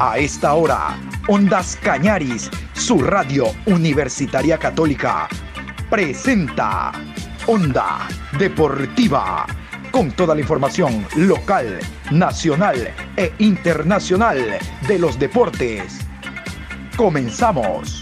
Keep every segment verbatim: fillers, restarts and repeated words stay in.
A esta hora, Ondas Cañaris, su radio universitaria católica, presenta Onda Deportiva, con toda la información local, nacional e internacional de los deportes. Comenzamos.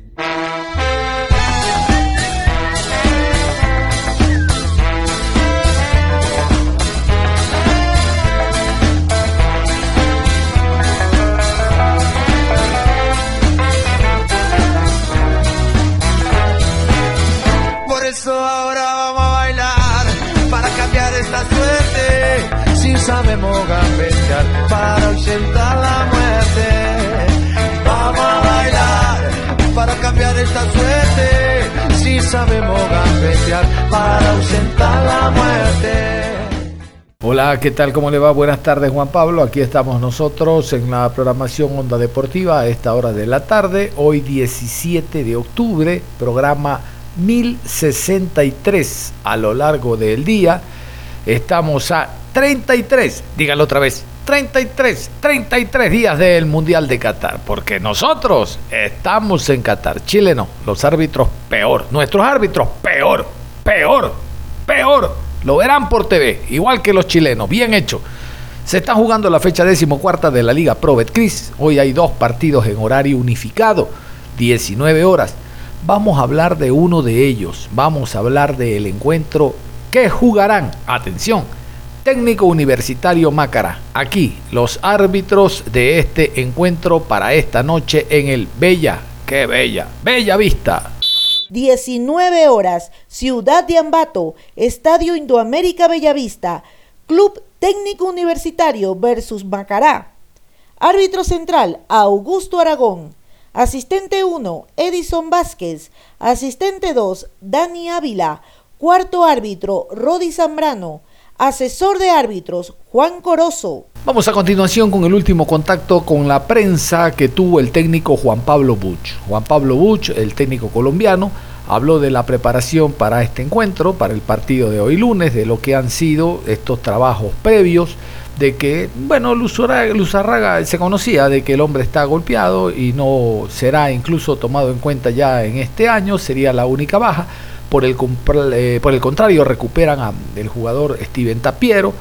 Ahora vamos a bailar para cambiar esta suerte. Si sabemos gambetear para ausentar la muerte. Vamos a bailar para cambiar esta suerte. Si sabemos gambetear para ausentar la muerte. Hola, ¿qué tal? ¿Cómo le va? Buenas tardes, Juan Pablo. Aquí estamos nosotros en la programación Onda Deportiva a esta hora de la tarde. Hoy diecisiete de octubre, programa mil sesenta y tres a lo largo del día. Estamos a treinta y tres, díganlo otra vez, treinta y tres, treinta y tres días del Mundial de Qatar, porque nosotros estamos en Qatar. Chile no, los árbitros peor, nuestros árbitros peor, peor, peor, lo verán por T V, igual que los chilenos, bien hecho. Se está jugando la fecha decimocuarta de la Liga Pro Betcris. Hoy hay dos partidos en horario unificado, diecinueve horas. Vamos a hablar de uno de ellos, vamos a hablar del encuentro que jugarán, atención, Técnico Universitario Macará. Aquí los árbitros de este encuentro para esta noche en el Bella, qué bella, Bella Vista. diecinueve horas, Ciudad de Ambato, Estadio Indoamérica Bellavista, Club Técnico Universitario versus Macará. Árbitro central, Augusto Aragón. Asistente uno, Edison Vázquez. Asistente dos, Dani Ávila. Cuarto árbitro, Rodi Zambrano. Asesor de árbitros, Juan Corozo. Vamos a continuación con el último contacto con la prensa que tuvo el técnico Juan Pablo Buch. Juan Pablo Buch, el técnico colombiano, habló de la preparación para este encuentro, para el partido de hoy lunes, de lo que han sido estos trabajos previos, de que, bueno, Luzarraga se conocía de que el hombre está golpeado y no será incluso tomado en cuenta ya en este año, sería la única baja. Por el, eh, por el contrario, recuperan al jugador Steven Tapiero.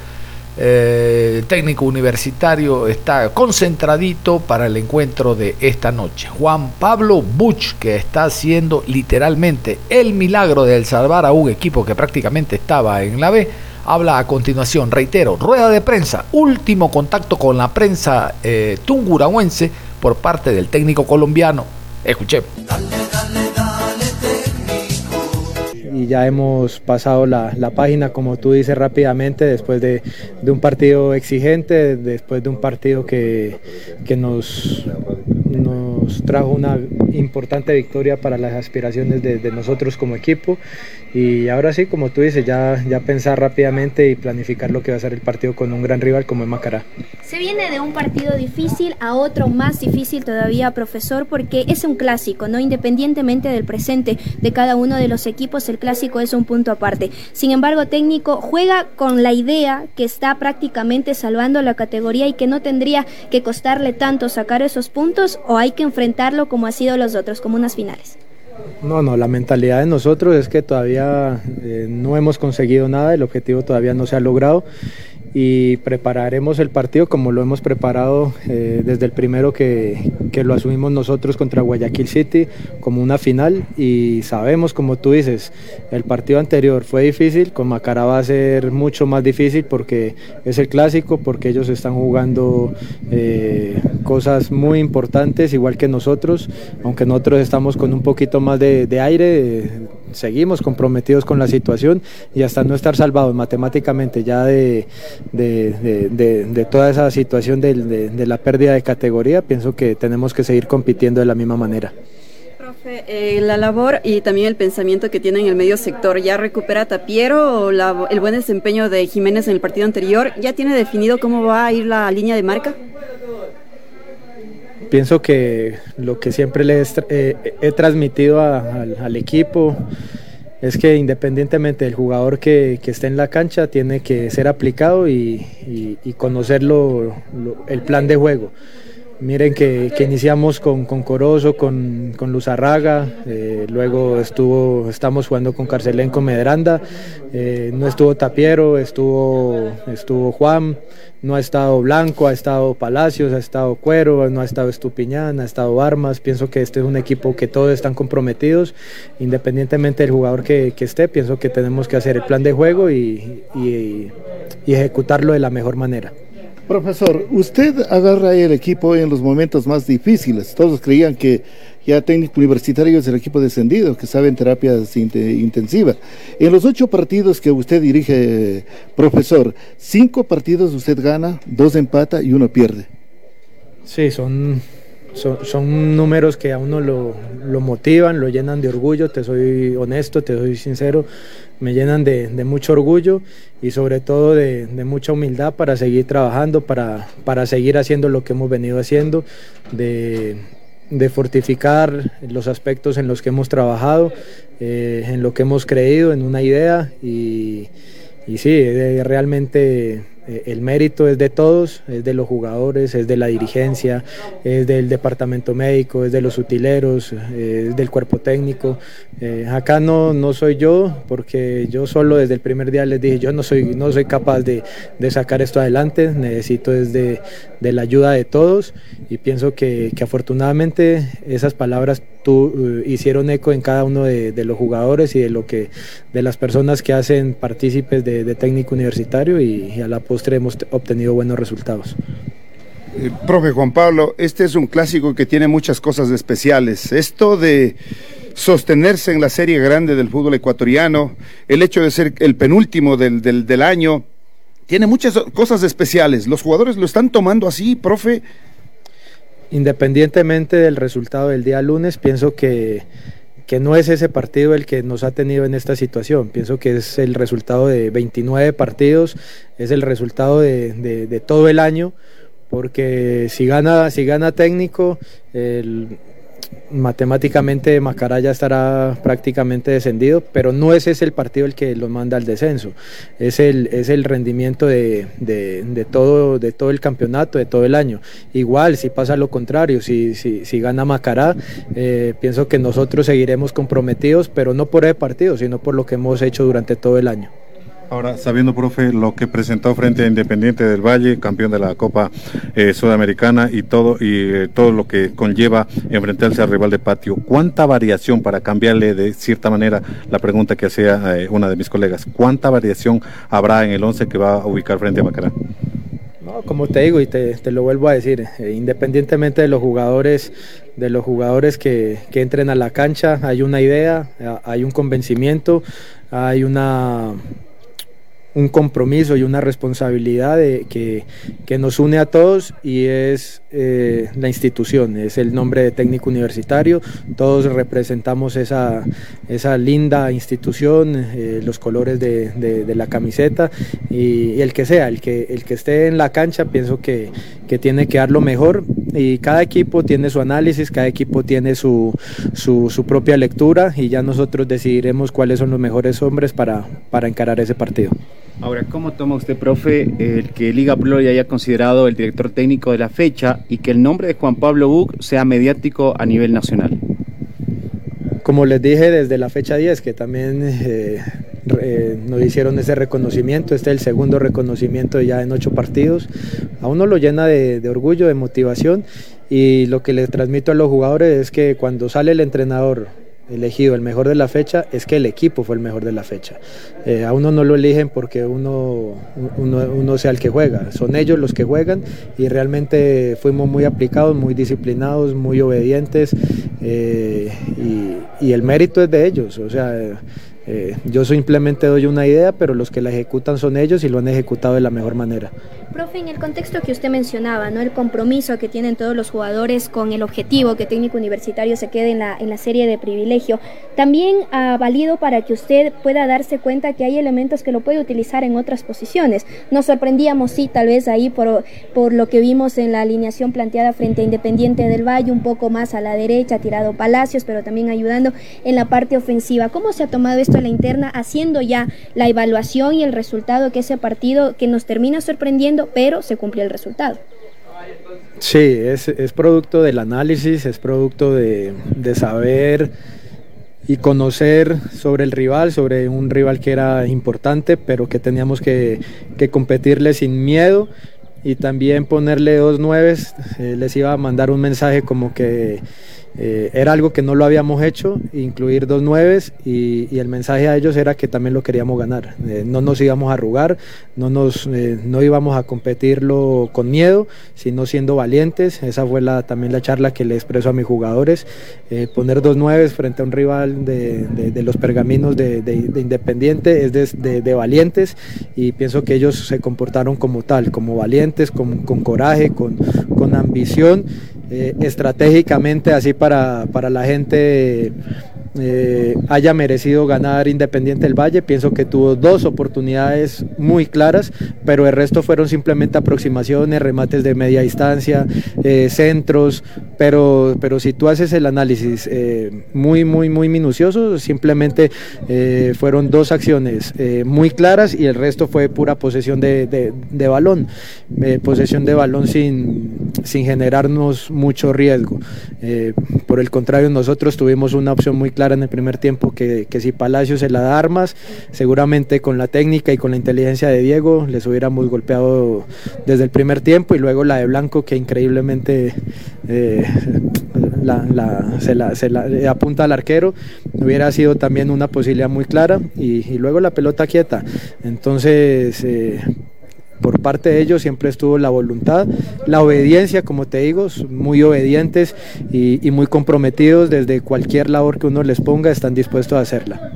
Eh, el técnico universitario está concentradito para el encuentro de esta noche. Juan Pablo Buch, que está haciendo literalmente el milagro de salvar a un equipo que prácticamente estaba en la B, habla a continuación. Reitero, rueda de prensa, último contacto con la prensa eh, tungurahuense por parte del técnico colombiano. Escuchemos. Dale, dale, dale, técnico. Y ya hemos pasado la, la página, como tú dices, rápidamente, después de, de un partido exigente, después de un partido que, que nos, nos trajo una importante victoria para las aspiraciones de, de nosotros como equipo. Y ahora sí, como tú dices, ya, ya pensar rápidamente y planificar lo que va a ser el partido con un gran rival como es Macará. Se viene de un partido difícil a otro más difícil todavía, profesor, porque es un clásico, ¿no? Independientemente del presente de cada uno de los equipos, el clásico es un punto aparte. Sin embargo, técnico, juega con la idea que está prácticamente salvando la categoría y que no tendría que costarle tanto sacar esos puntos, o hay que enfrentarlo como ha sido los otros, como unas finales. No, no, la mentalidad de nosotros es que todavía eh, no hemos conseguido nada, el objetivo todavía no se ha logrado y prepararemos el partido como lo hemos preparado eh, desde el primero que, que lo asumimos nosotros contra Guayaquil City como una final, y sabemos, como tú dices, el partido anterior fue difícil, con Macará va a ser mucho más difícil porque es el clásico, porque ellos están jugando eh, cosas muy importantes igual que nosotros, aunque nosotros estamos con un poquito más de, de aire, eh, seguimos comprometidos con la situación y hasta no estar salvados matemáticamente ya de De, de, de, de toda esa situación de, de, de la pérdida de categoría, pienso que tenemos que seguir compitiendo de la misma manera. Profe, eh, la labor y también el pensamiento que tiene en el medio sector, ¿ya recupera Tapiero o la, el buen desempeño de Jiménez en el partido anterior? ¿Ya tiene definido cómo va a ir la línea de marca? Pienso que lo que siempre le he, eh, he transmitido a, al, al equipo es que independientemente del jugador que, que esté en la cancha, tiene que ser aplicado y, y, y conocer lo, lo, el plan de juego. Miren que, que iniciamos con, con Corozo, con, con Luzarraga, eh, luego estuvo, estamos jugando con Carcelenco Medranda, eh, no estuvo Tapiero, estuvo, estuvo Juan, no ha estado Blanco, ha estado Palacios, ha estado Cuero, no ha estado Estupiñán, ha estado Armas. Pienso que este es un equipo que todos están comprometidos, independientemente del jugador que, que esté. Pienso que tenemos que hacer el plan de juego y, y, y ejecutarlo de la mejor manera. Profesor, usted agarra el equipo en los momentos más difíciles. Todos creían que ya Técnico Universitario es el equipo descendido, que sabe en terapias intensivas. En los ocho partidos que usted dirige, profesor, cinco partidos usted gana, dos empata y uno pierde. Sí, son, son, son números que a uno lo, lo motivan, lo llenan de orgullo, te soy honesto, te soy sincero. Me llenan de, de mucho orgullo y sobre todo de, de mucha humildad para seguir trabajando, para, para seguir haciendo lo que hemos venido haciendo, de, de fortificar los aspectos en los que hemos trabajado, eh, en lo que hemos creído, en una idea y, y sí, de, realmente eh, el mérito es de todos, es de los jugadores, es de la dirigencia, es del departamento médico, es de los utileros, eh, es del cuerpo técnico. Eh, acá no, no soy yo, porque yo solo desde el primer día les dije, yo no soy, no soy capaz de, de sacar esto adelante, necesito desde de la ayuda de todos y pienso que, que afortunadamente esas palabras tu, uh, hicieron eco en cada uno de, de los jugadores y de, lo que, de las personas que hacen partícipes de, de Técnico Universitario y, y a la postre hemos obtenido buenos resultados. Eh, profe Juan Pablo, este es un clásico que tiene muchas cosas especiales. Esto de sostenerse en la serie grande del fútbol ecuatoriano, el hecho de ser el penúltimo del, del, del año, tiene muchas cosas especiales. ¿Los jugadores lo están tomando así, profe? Independientemente del resultado del día lunes, pienso que, que no es ese partido el que nos ha tenido en esta situación. Pienso que es el resultado de veintinueve partidos, es el resultado de, de, de todo el año, porque si gana, si gana Técnico, el, matemáticamente Macará ya estará prácticamente descendido, pero no ese es el partido el que lo manda al descenso, es el, es el rendimiento de, de, de, todo, de todo el campeonato, de todo el año. Igual si pasa lo contrario, si, si, si gana Macará, eh, pienso que nosotros seguiremos comprometidos, pero no por el partido, sino por lo que hemos hecho durante todo el año. Ahora, sabiendo, profe, lo que presentó frente a Independiente del Valle, campeón de la Copa eh, Sudamericana y todo y eh, todo lo que conlleva enfrentarse al rival de patio, ¿cuánta variación, para cambiarle de cierta manera la pregunta que hacía eh, una de mis colegas, cuánta variación habrá en el once que va a ubicar frente a Macará? No, como te digo y te, te lo vuelvo a decir, eh, independientemente de los jugadores, de los jugadores que, que entren a la cancha, hay una idea, hay un convencimiento, hay una... un compromiso y una responsabilidad de, que, que nos une a todos y es eh, la institución, es el nombre de Técnico Universitario, todos representamos esa, esa linda institución, eh, los colores de, de, de la camiseta y, y el que sea, el que, el que esté en la cancha pienso que, que tiene que dar lo mejor y cada equipo tiene su análisis, cada equipo tiene su, su, su propia lectura y ya nosotros decidiremos cuáles son los mejores hombres para, para encarar ese partido. Ahora, ¿cómo toma usted, profe, el que Liga Pro ya haya considerado el director técnico de la fecha y que el nombre de Juan Pablo Buch sea mediático a nivel nacional? Como les dije desde la fecha diez, que también eh, eh, nos hicieron ese reconocimiento, este es el segundo reconocimiento ya en ocho partidos, a uno lo llena de, de orgullo, de motivación y lo que les transmito a los jugadores es que cuando sale el entrenador elegido el mejor de la fecha, es que el equipo fue el mejor de la fecha. Eh, a uno no lo eligen porque uno, uno, uno sea el que juega, son ellos los que juegan y realmente fuimos muy aplicados, muy disciplinados, muy obedientes eh, y, y el mérito es de ellos, o sea, eh, yo simplemente doy una idea, pero los que la ejecutan son ellos y lo han ejecutado de la mejor manera. Profe, en el contexto que usted mencionaba, ¿no? El compromiso que tienen todos los jugadores con el objetivo que Técnico Universitario se quede en la, en la serie de privilegio, también ha valido para que usted pueda darse cuenta que hay elementos que lo puede utilizar en otras posiciones. Nos sorprendíamos, sí, tal vez ahí por, por lo que vimos en la alineación planteada frente a Independiente del Valle, un poco más a la derecha, tirado Palacios, pero también ayudando en la parte ofensiva. ¿Cómo se ha tomado esto en la interna, haciendo ya la evaluación y el resultado que ese partido que nos termina sorprendiendo, pero se cumplió el resultado? Sí, es, es producto del análisis, es producto de, de saber y conocer sobre el rival, sobre un rival que era importante, pero que teníamos que, que competirle sin miedo, y también ponerle dos nueves. Eh, les iba a mandar un mensaje como que eh, era algo que no lo habíamos hecho, incluir dos nueves, y, y el mensaje a ellos era que también lo queríamos ganar. Eh, no nos íbamos a arrugar, no, nos, eh, no íbamos a competirlo con miedo, sino siendo valientes. Esa fue la, también la charla que le expreso a mis jugadores. Eh, poner dos nueves frente a un rival de, de, de los pergaminos de, de, de Independiente es de, de, de valientes, y pienso que ellos se comportaron como tal, como valientes, con, con coraje, con, con ambición, eh, estratégicamente, así para, para la gente eh, haya merecido ganar Independiente del Valle. Pienso que tuvo dos oportunidades muy claras, pero el resto fueron simplemente aproximaciones, remates de media distancia, eh, centros, pero, pero si tú haces el análisis eh, muy, muy, muy minucioso, simplemente eh, fueron dos acciones eh, muy claras, y el resto fue pura posesión de, de, de balón, eh, posesión de balón sin, sin generarnos mucho riesgo. Eh, por el contrario, nosotros tuvimos una opción muy clara en el primer tiempo, que, que si Palacio se la da armas, seguramente con la técnica y con la inteligencia de Diego les hubiéramos golpeado desde el primer tiempo, y luego la de Blanco, que increíblemente eh, la, la, se, la, se la apunta al arquero, hubiera sido también una posibilidad muy clara, y, y luego la pelota quieta. Entonces eh, por parte de ellos siempre estuvo la voluntad, la obediencia, como te digo, muy obedientes y, y muy comprometidos. Desde cualquier labor que uno les ponga están dispuestos a hacerla.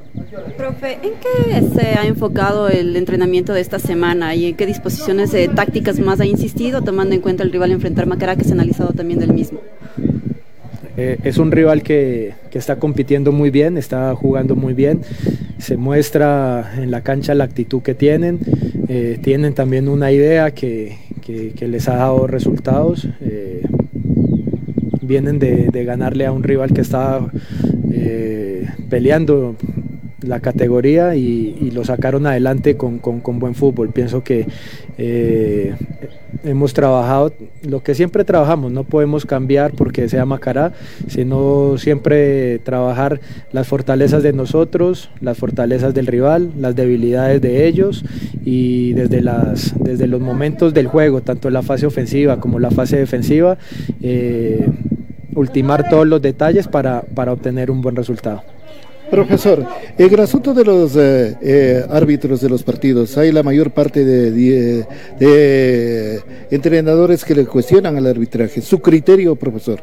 Profe, ¿en qué se ha enfocado el entrenamiento de esta semana y en qué disposiciones eh, tácticas más ha insistido, tomando en cuenta el rival a enfrentar Macará, que se ha analizado también del mismo? Eh, es un rival que, que está compitiendo muy bien, está jugando muy bien, se muestra en la cancha la actitud que tienen, eh, tienen también una idea que, que, que les ha dado resultados, eh, vienen de, de ganarle a un rival que está eh, peleando la categoría, y, y lo sacaron adelante con, con, con buen fútbol. Pienso que eh, hemos trabajado lo que siempre trabajamos, no podemos cambiar porque sea Macará, sino siempre trabajar las fortalezas de nosotros, las fortalezas del rival, las debilidades de ellos, y desde, las, desde los momentos del juego, tanto en la fase ofensiva como la fase defensiva, eh, ultimar todos los detalles para, para obtener un buen resultado. Profesor, en el asunto de los eh, eh, árbitros de los partidos, hay la mayor parte de, de, de entrenadores que le cuestionan al arbitraje. ¿Su criterio, profesor?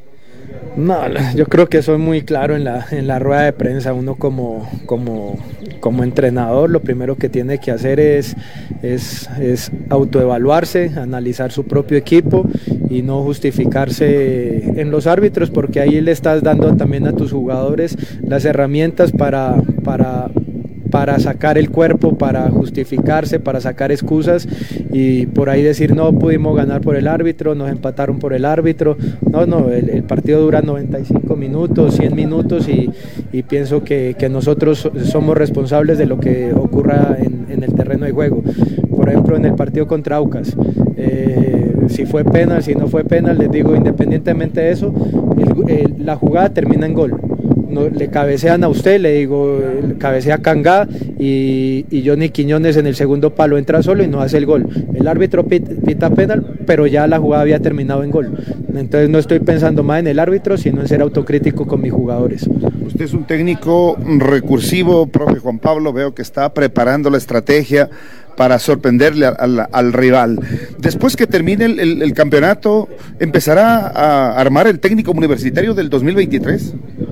No, yo creo que soy muy claro en la, en la rueda de prensa. Uno como, como, como entrenador, lo primero que tiene que hacer es, es, es autoevaluarse, analizar su propio equipo y no justificarse en los árbitros, porque ahí le estás dando también a tus jugadores las herramientas para, para, para sacar el cuerpo, para justificarse, para sacar excusas y por ahí decir no pudimos ganar por el árbitro, nos empataron por el árbitro. No, no, el, el partido dura noventa y cinco minutos, cien minutos, y, y pienso que, que nosotros somos responsables de lo que ocurra en, en el terreno de juego. Por ejemplo, en el partido contra Aucas, eh, si fue penal, si no fue penal, les digo, independientemente de eso, el, el, la jugada termina en gol. No, le cabecean a usted, le digo, cabecea Cangá, y, y Johnny Quiñones en el segundo palo entra solo y no hace el gol. El árbitro pita, pita penal, pero ya la jugada había terminado en gol. Entonces no estoy pensando más en el árbitro, sino en ser autocrítico con mis jugadores. Usted es un técnico recursivo, profe Juan Pablo, veo que está preparando la estrategia para sorprenderle al, al, al rival. Después que termine el, el, el campeonato, ¿empezará a armar el técnico universitario del dos mil veintitrés?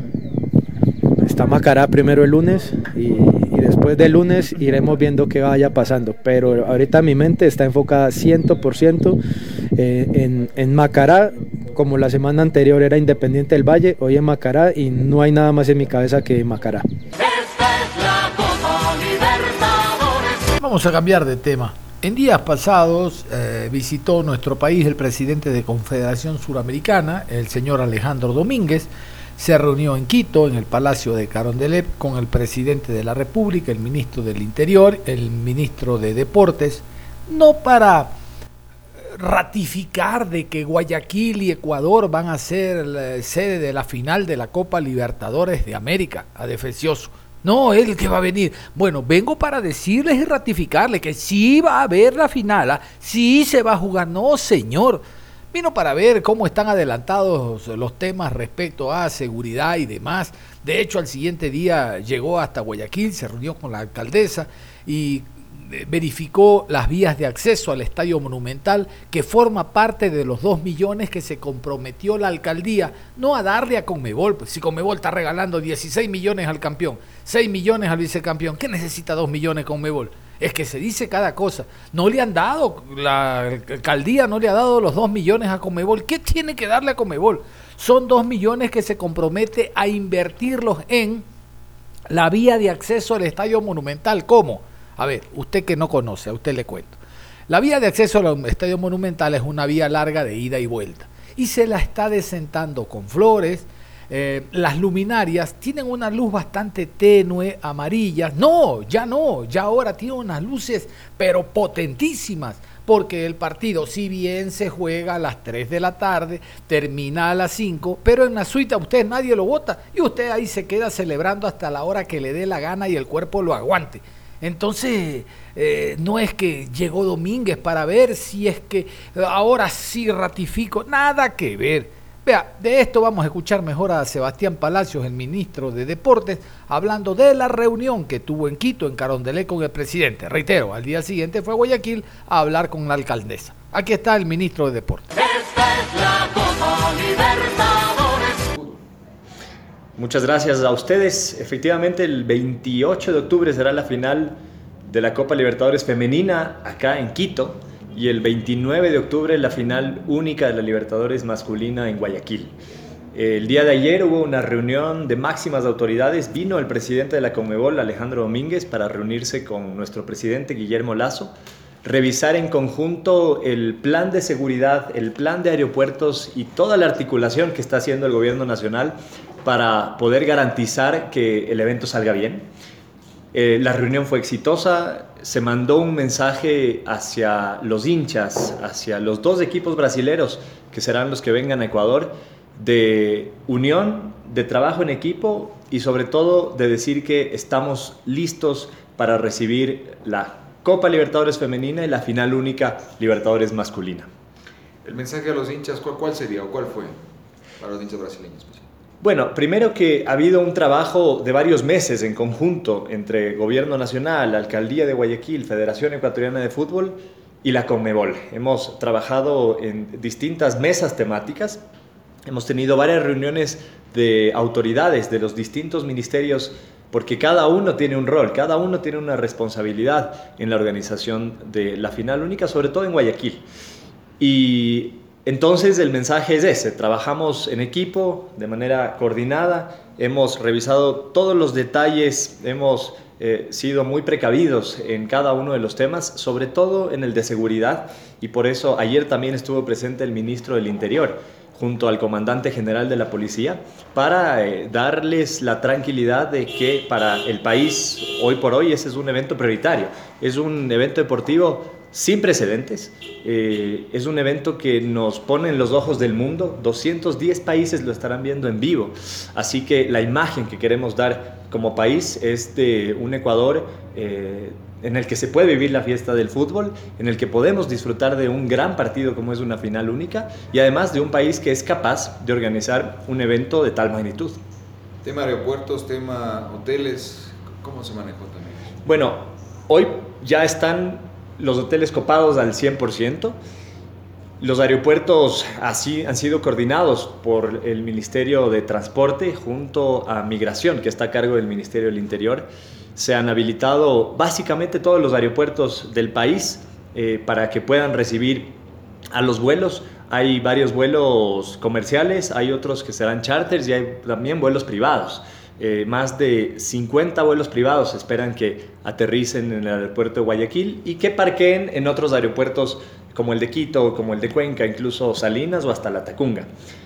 Está Macará primero el lunes y, y después del lunes iremos viendo qué vaya pasando, pero ahorita mi mente está enfocada cien por ciento eh, en, en Macará, como la semana anterior era Independiente del Valle, hoy en Macará, y no hay nada más en mi cabeza que Macará. Vamos a cambiar de tema. En días pasados eh, visitó nuestro país el presidente de Confederación Suramericana, el señor Alejandro Domínguez. Se reunió en Quito, en el Palacio de Carondelet, con el presidente de la República, el ministro del Interior, el ministro de Deportes, no para ratificar de que Guayaquil y Ecuador van a ser la sede de la final de la Copa Libertadores de América a Defensioso. No, él que va a venir. Bueno, vengo para decirles y ratificarles que sí va a haber la final, ¿eh? Sí se va a jugar. No, señor. Vino para ver cómo están adelantados los temas respecto a seguridad y demás. De hecho, al siguiente día llegó hasta Guayaquil, se reunió con la alcaldesa y verificó las vías de acceso al Estadio Monumental, que forma parte de los dos millones que se comprometió la alcaldía, no a darle a Conmebol, pues si Conmebol está regalando dieciséis millones al campeón, seis millones al vicecampeón, ¿qué necesita dos millones Conmebol? Es que se dice cada cosa. No le han dado, la alcaldía no le ha dado los dos millones a Conmebol. ¿Qué tiene que darle a Conmebol? Son dos millones que se compromete a invertirlos en la vía de acceso al Estadio Monumental. ¿Cómo? A ver, usted que no conoce, a usted le cuento. La vía de acceso al Estadio Monumental es una vía larga de ida y vuelta. Y se la está desentando con flores. Eh, las luminarias tienen una luz bastante tenue, amarillas. No, ya no, ya ahora tiene unas luces, pero potentísimas. Porque el partido, si bien se juega a las tres de la tarde, termina a las cinco, pero en la suite a usted nadie lo vota. Y usted ahí se queda celebrando hasta la hora que le dé la gana y el cuerpo lo aguante. Entonces, eh, no es que llegó Domínguez para ver si es que ahora sí ratifico, nada que ver. Vea, de esto vamos a escuchar mejor a Sebastián Palacios, el ministro de Deportes, hablando de la reunión que tuvo en Quito, en Carondelet, con el presidente. Reitero, al día siguiente fue a Guayaquil a hablar con la alcaldesa. Aquí está el ministro de Deportes. Esta es la Copa Libertadores. Muchas gracias a ustedes. Efectivamente, el veintiocho de octubre será la final de la Copa Libertadores femenina acá en Quito y el veintinueve de octubre la final única de la Libertadores masculina en Guayaquil. El día de ayer hubo una reunión de máximas autoridades. Vino el presidente de la Conmebol, Alejandro Domínguez, para reunirse con nuestro presidente Guillermo Lasso, revisar en conjunto el plan de seguridad, el plan de aeropuertos y toda la articulación que está haciendo el gobierno nacional para poder garantizar que el evento salga bien. Eh, la reunión fue exitosa, se mandó un mensaje hacia los hinchas, hacia los dos equipos brasileros que serán los que vengan a Ecuador, de unión, de trabajo en equipo y sobre todo de decir que estamos listos para recibir la Copa Libertadores femenina y la final única Libertadores masculina. El mensaje a los hinchas, ¿cuál, cuál sería o cuál fue para los hinchas brasileños? Bueno, primero que ha habido un trabajo de varios meses en conjunto entre Gobierno Nacional, Alcaldía de Guayaquil, Federación Ecuatoriana de Fútbol y la Conmebol. Hemos trabajado en distintas mesas temáticas, hemos tenido varias reuniones de autoridades de los distintos ministerios porque cada uno tiene un rol, cada uno tiene una responsabilidad en la organización de la final única, sobre todo en Guayaquil. Y entonces el mensaje es ese, trabajamos en equipo, de manera coordinada, hemos revisado todos los detalles, hemos eh, sido muy precavidos en cada uno de los temas, sobre todo en el de seguridad, y por eso ayer también estuvo presente el ministro del Interior, junto al comandante general de la policía, para eh, darles la tranquilidad de que para el país, hoy por hoy, ese es un evento prioritario, es un evento deportivo sin precedentes, eh, es un evento que nos pone en los ojos del mundo, doscientos diez países lo estarán viendo en vivo, así que la imagen que queremos dar como país es de un Ecuador eh, en el que se puede vivir la fiesta del fútbol, en el que podemos disfrutar de un gran partido como es una final única y además de un país que es capaz de organizar un evento de tal magnitud. Tema aeropuertos, tema hoteles, ¿cómo se manejó también? Bueno, hoy ya están los hoteles copados al cien por ciento. Los aeropuertos así han sido coordinados por el Ministerio de Transporte junto a Migración, que está a cargo del Ministerio del Interior. Se han habilitado básicamente todos los aeropuertos del país eh, para que puedan recibir a los vuelos. Hay varios vuelos comerciales, hay otros que serán charters y hay también vuelos privados. Eh, más de cincuenta vuelos privados esperan que aterricen en el aeropuerto de Guayaquil y que parqueen en otros aeropuertos como el de Quito, como el de Cuenca, incluso Salinas o hasta La Tacunga.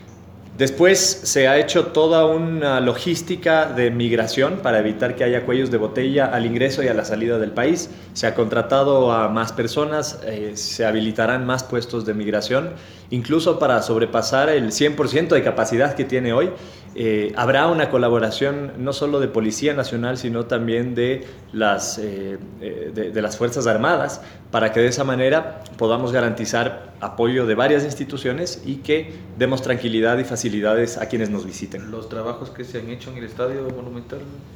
Después se ha hecho toda una logística de migración para evitar que haya cuellos de botella al ingreso y a la salida del país. Se ha contratado a más personas, eh, se habilitarán más puestos de migración, incluso para sobrepasar el cien por ciento de capacidad que tiene hoy. Eh, habrá una colaboración no solo de Policía Nacional, sino también de las, eh, de, de las Fuerzas Armadas, para que de esa manera podamos garantizar apoyo de varias instituciones y que demos tranquilidad y facilidades a quienes nos visiten. Los trabajos que se han hecho en el Estadio Monumental,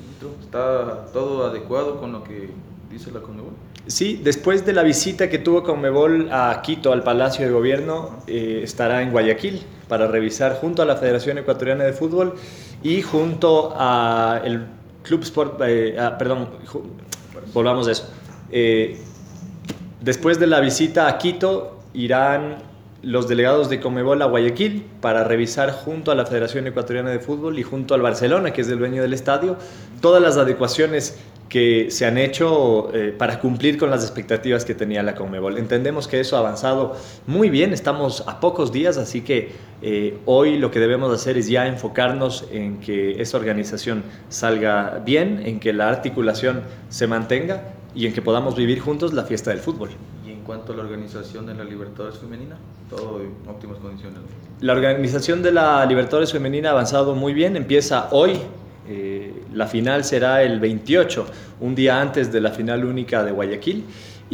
¿está todo adecuado con lo que dice la Conmebol? Sí, después de la visita que tuvo Conmebol a Quito, al Palacio de Gobierno, eh, estará en Guayaquil para revisar junto a la Federación Ecuatoriana de Fútbol y junto a el Club Sport, eh, ah, perdón, volvamos a eso. Eh, después de la visita a Quito, irán los delegados de Conmebol a Guayaquil para revisar junto a la Federación Ecuatoriana de Fútbol y junto al Barcelona, que es el dueño del estadio, todas las adecuaciones que se han hecho eh, para cumplir con las expectativas que tenía la Conmebol. Entendemos que eso ha avanzado muy bien, estamos a pocos días, así que eh, hoy lo que debemos hacer es ya enfocarnos en que esa organización salga bien, en que la articulación se mantenga y en que podamos vivir juntos la fiesta del fútbol. Y en cuanto a la organización de la Libertadores Femenina, todo en óptimas condiciones. La organización de la Libertadores Femenina ha avanzado muy bien, empieza hoy. Eh, la final será el veintiocho, un día antes de la final única de Guayaquil,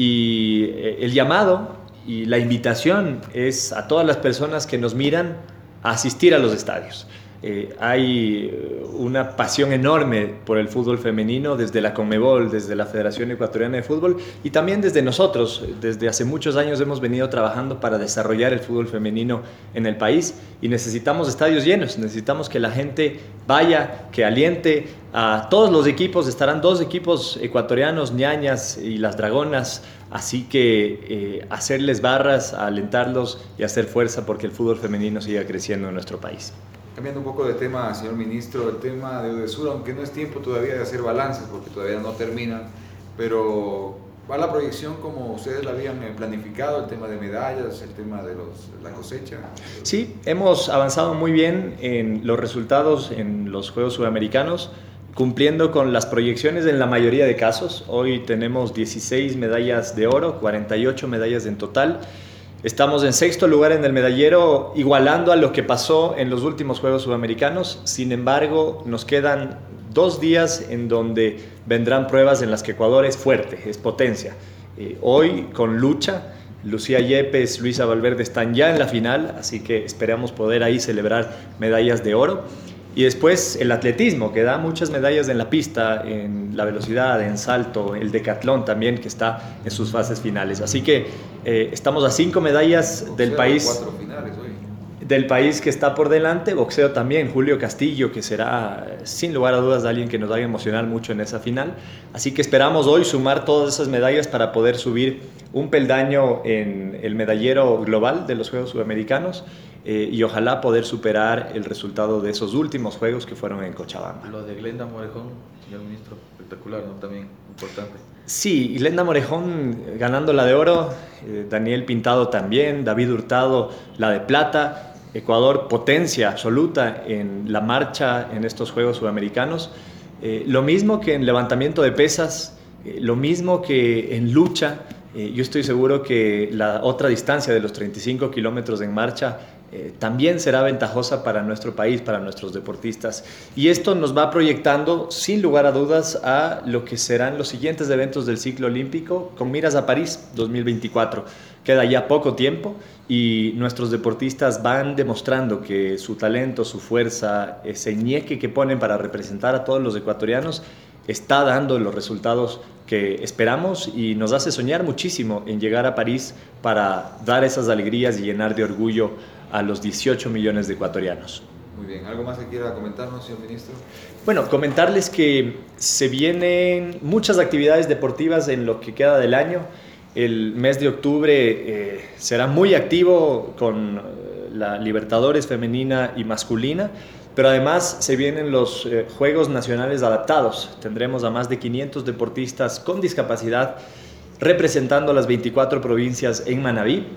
y eh, el llamado y la invitación es a todas las personas que nos miran a asistir a los estadios. Eh, hay una pasión enorme por el fútbol femenino desde la Conmebol, desde la Federación Ecuatoriana de Fútbol y también desde nosotros. Desde hace muchos años hemos venido trabajando para desarrollar el fútbol femenino en el país y necesitamos estadios llenos, necesitamos que la gente vaya, que aliente a todos los equipos. Estarán dos equipos ecuatorianos, Ñañas y las Dragonas, así que eh, hacerles barras, alentarlos y hacer fuerza porque el fútbol femenino siga creciendo en nuestro país. Cambiando un poco de tema, señor ministro, el tema de Udesur, aunque no es tiempo todavía de hacer balances porque todavía no terminan, pero ¿va la proyección como ustedes la habían planificado, el tema de medallas, el tema de los, la cosecha? Sí, hemos avanzado muy bien en los resultados en los Juegos Sudamericanos, cumpliendo con las proyecciones en la mayoría de casos. Hoy tenemos dieciséis medallas de oro, cuarenta y ocho medallas en total. Estamos en sexto lugar en el medallero, igualando a lo que pasó en los últimos Juegos Sudamericanos. Sin embargo, nos quedan dos días en donde vendrán pruebas en las que Ecuador es fuerte, es potencia. Eh, hoy, con lucha, Lucía Yepes, Luisa Valverde están ya en la final, así que esperamos poder ahí celebrar medallas de oro. Y después el atletismo, que da muchas medallas en la pista, en la velocidad, en salto, el decatlón también, que está en sus fases finales. Así que eh, estamos a cinco medallas del país, cuatro finales hoy. del país que está por delante. Boxeo también, Julio Castillo, que será sin lugar a dudas alguien que nos va a emocionar mucho en esa final. Así que esperamos hoy sumar todas esas medallas para poder subir un peldaño en el medallero global de los Juegos Sudamericanos. Eh, y ojalá poder superar el resultado de esos últimos juegos que fueron en Cochabamba. Lo de Glenda Morejón, señor ministro, espectacular, ¿no? También importante. Sí, Glenda Morejón ganando la de oro, eh, Daniel Pintado también, David Hurtado la de plata, Ecuador potencia absoluta en la marcha en estos Juegos Sudamericanos. Eh, lo mismo que en levantamiento de pesas, eh, lo mismo que en lucha. Eh, yo estoy seguro que la otra distancia de los treinta y cinco kilómetros en marcha Eh, también será ventajosa para nuestro país, para nuestros deportistas. Y esto nos va proyectando, sin lugar a dudas, a lo que serán los siguientes eventos del ciclo olímpico, con miras a París dos mil veinticuatro. Queda ya poco tiempo y nuestros deportistas van demostrando que su talento, su fuerza, ese ñeque que ponen para representar a todos los ecuatorianos, está dando los resultados que esperamos y nos hace soñar muchísimo en llegar a París para dar esas alegrías y llenar de orgullo a los dieciocho millones de ecuatorianos. Muy bien, ¿algo más que quiera comentarnos, señor ministro? Bueno, comentarles que se vienen muchas actividades deportivas en lo que queda del año. El mes de octubre eh, será muy activo con la Libertadores femenina y masculina, pero además se vienen los eh, Juegos Nacionales Adaptados. Tendremos a más de quinientos deportistas con discapacidad representando las veinticuatro provincias en Manabí.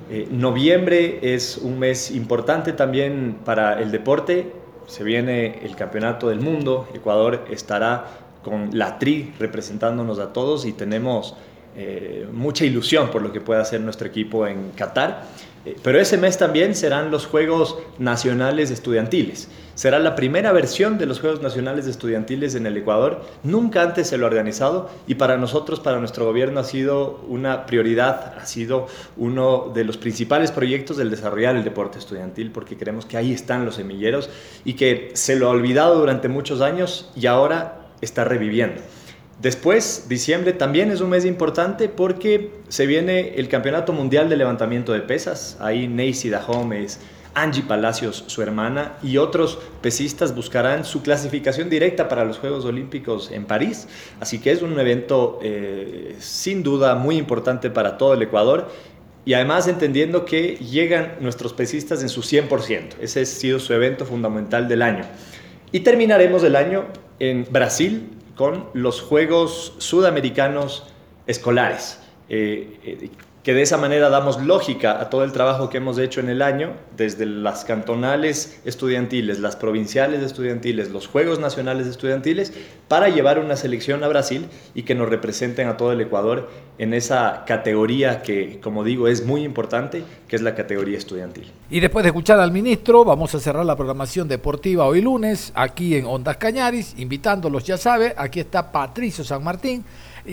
Eh, noviembre es un mes importante también para el deporte. Se viene el Campeonato del Mundo. Ecuador estará con la Tri representándonos a todos y tenemos eh, mucha ilusión por lo que pueda hacer nuestro equipo en Qatar. Eh, pero ese mes también serán los Juegos Nacionales Estudiantiles. Será la primera versión de los Juegos Nacionales Estudiantiles en el Ecuador. Nunca antes se lo ha organizado y para nosotros, para nuestro gobierno, ha sido una prioridad, ha sido uno de los principales proyectos del desarrollar el deporte estudiantil, porque creemos que ahí están los semilleros y que se lo ha olvidado durante muchos años y ahora está reviviendo. Después, diciembre también es un mes importante porque se viene el Campeonato Mundial de Levantamiento de Pesas. Ahí Neisy Dahomes, Angie Palacios, su hermana, y otros pesistas buscarán su clasificación directa para los Juegos Olímpicos en París. Así que es un evento eh, sin duda muy importante para todo el Ecuador. Y además entendiendo que llegan nuestros pesistas en su cien por ciento. Ese ha sido su evento fundamental del año. Y terminaremos el año en Brasil con los Juegos Sudamericanos Escolares, eh, eh, que de esa manera damos lógica a todo el trabajo que hemos hecho en el año, desde las cantonales estudiantiles, las provinciales estudiantiles, los Juegos Nacionales Estudiantiles, para llevar una selección a Brasil y que nos representen a todo el Ecuador en esa categoría que, como digo, es muy importante, que es la categoría estudiantil. Y después de escuchar al ministro, vamos a cerrar la programación deportiva hoy lunes, aquí en Ondas Cañaris, invitándolos, ya sabe, aquí está Patricio San Martín,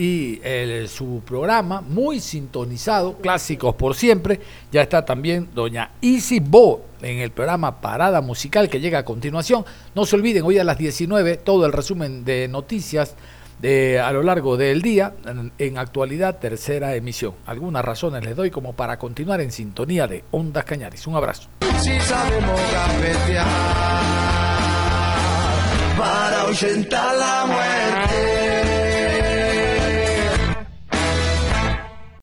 y el, su programa muy sintonizado, Clásicos por Siempre. Ya está también doña Isi Bo en el programa Parada Musical que llega a continuación. No se olviden, hoy a las diecinueve todo el resumen de noticias de, a lo largo del día en, en Actualidad, tercera emisión. Algunas razones les doy como para continuar en sintonía de Ondas Cañaris. Un abrazo. Si sabemos gambetear para ahuyentar la muerte.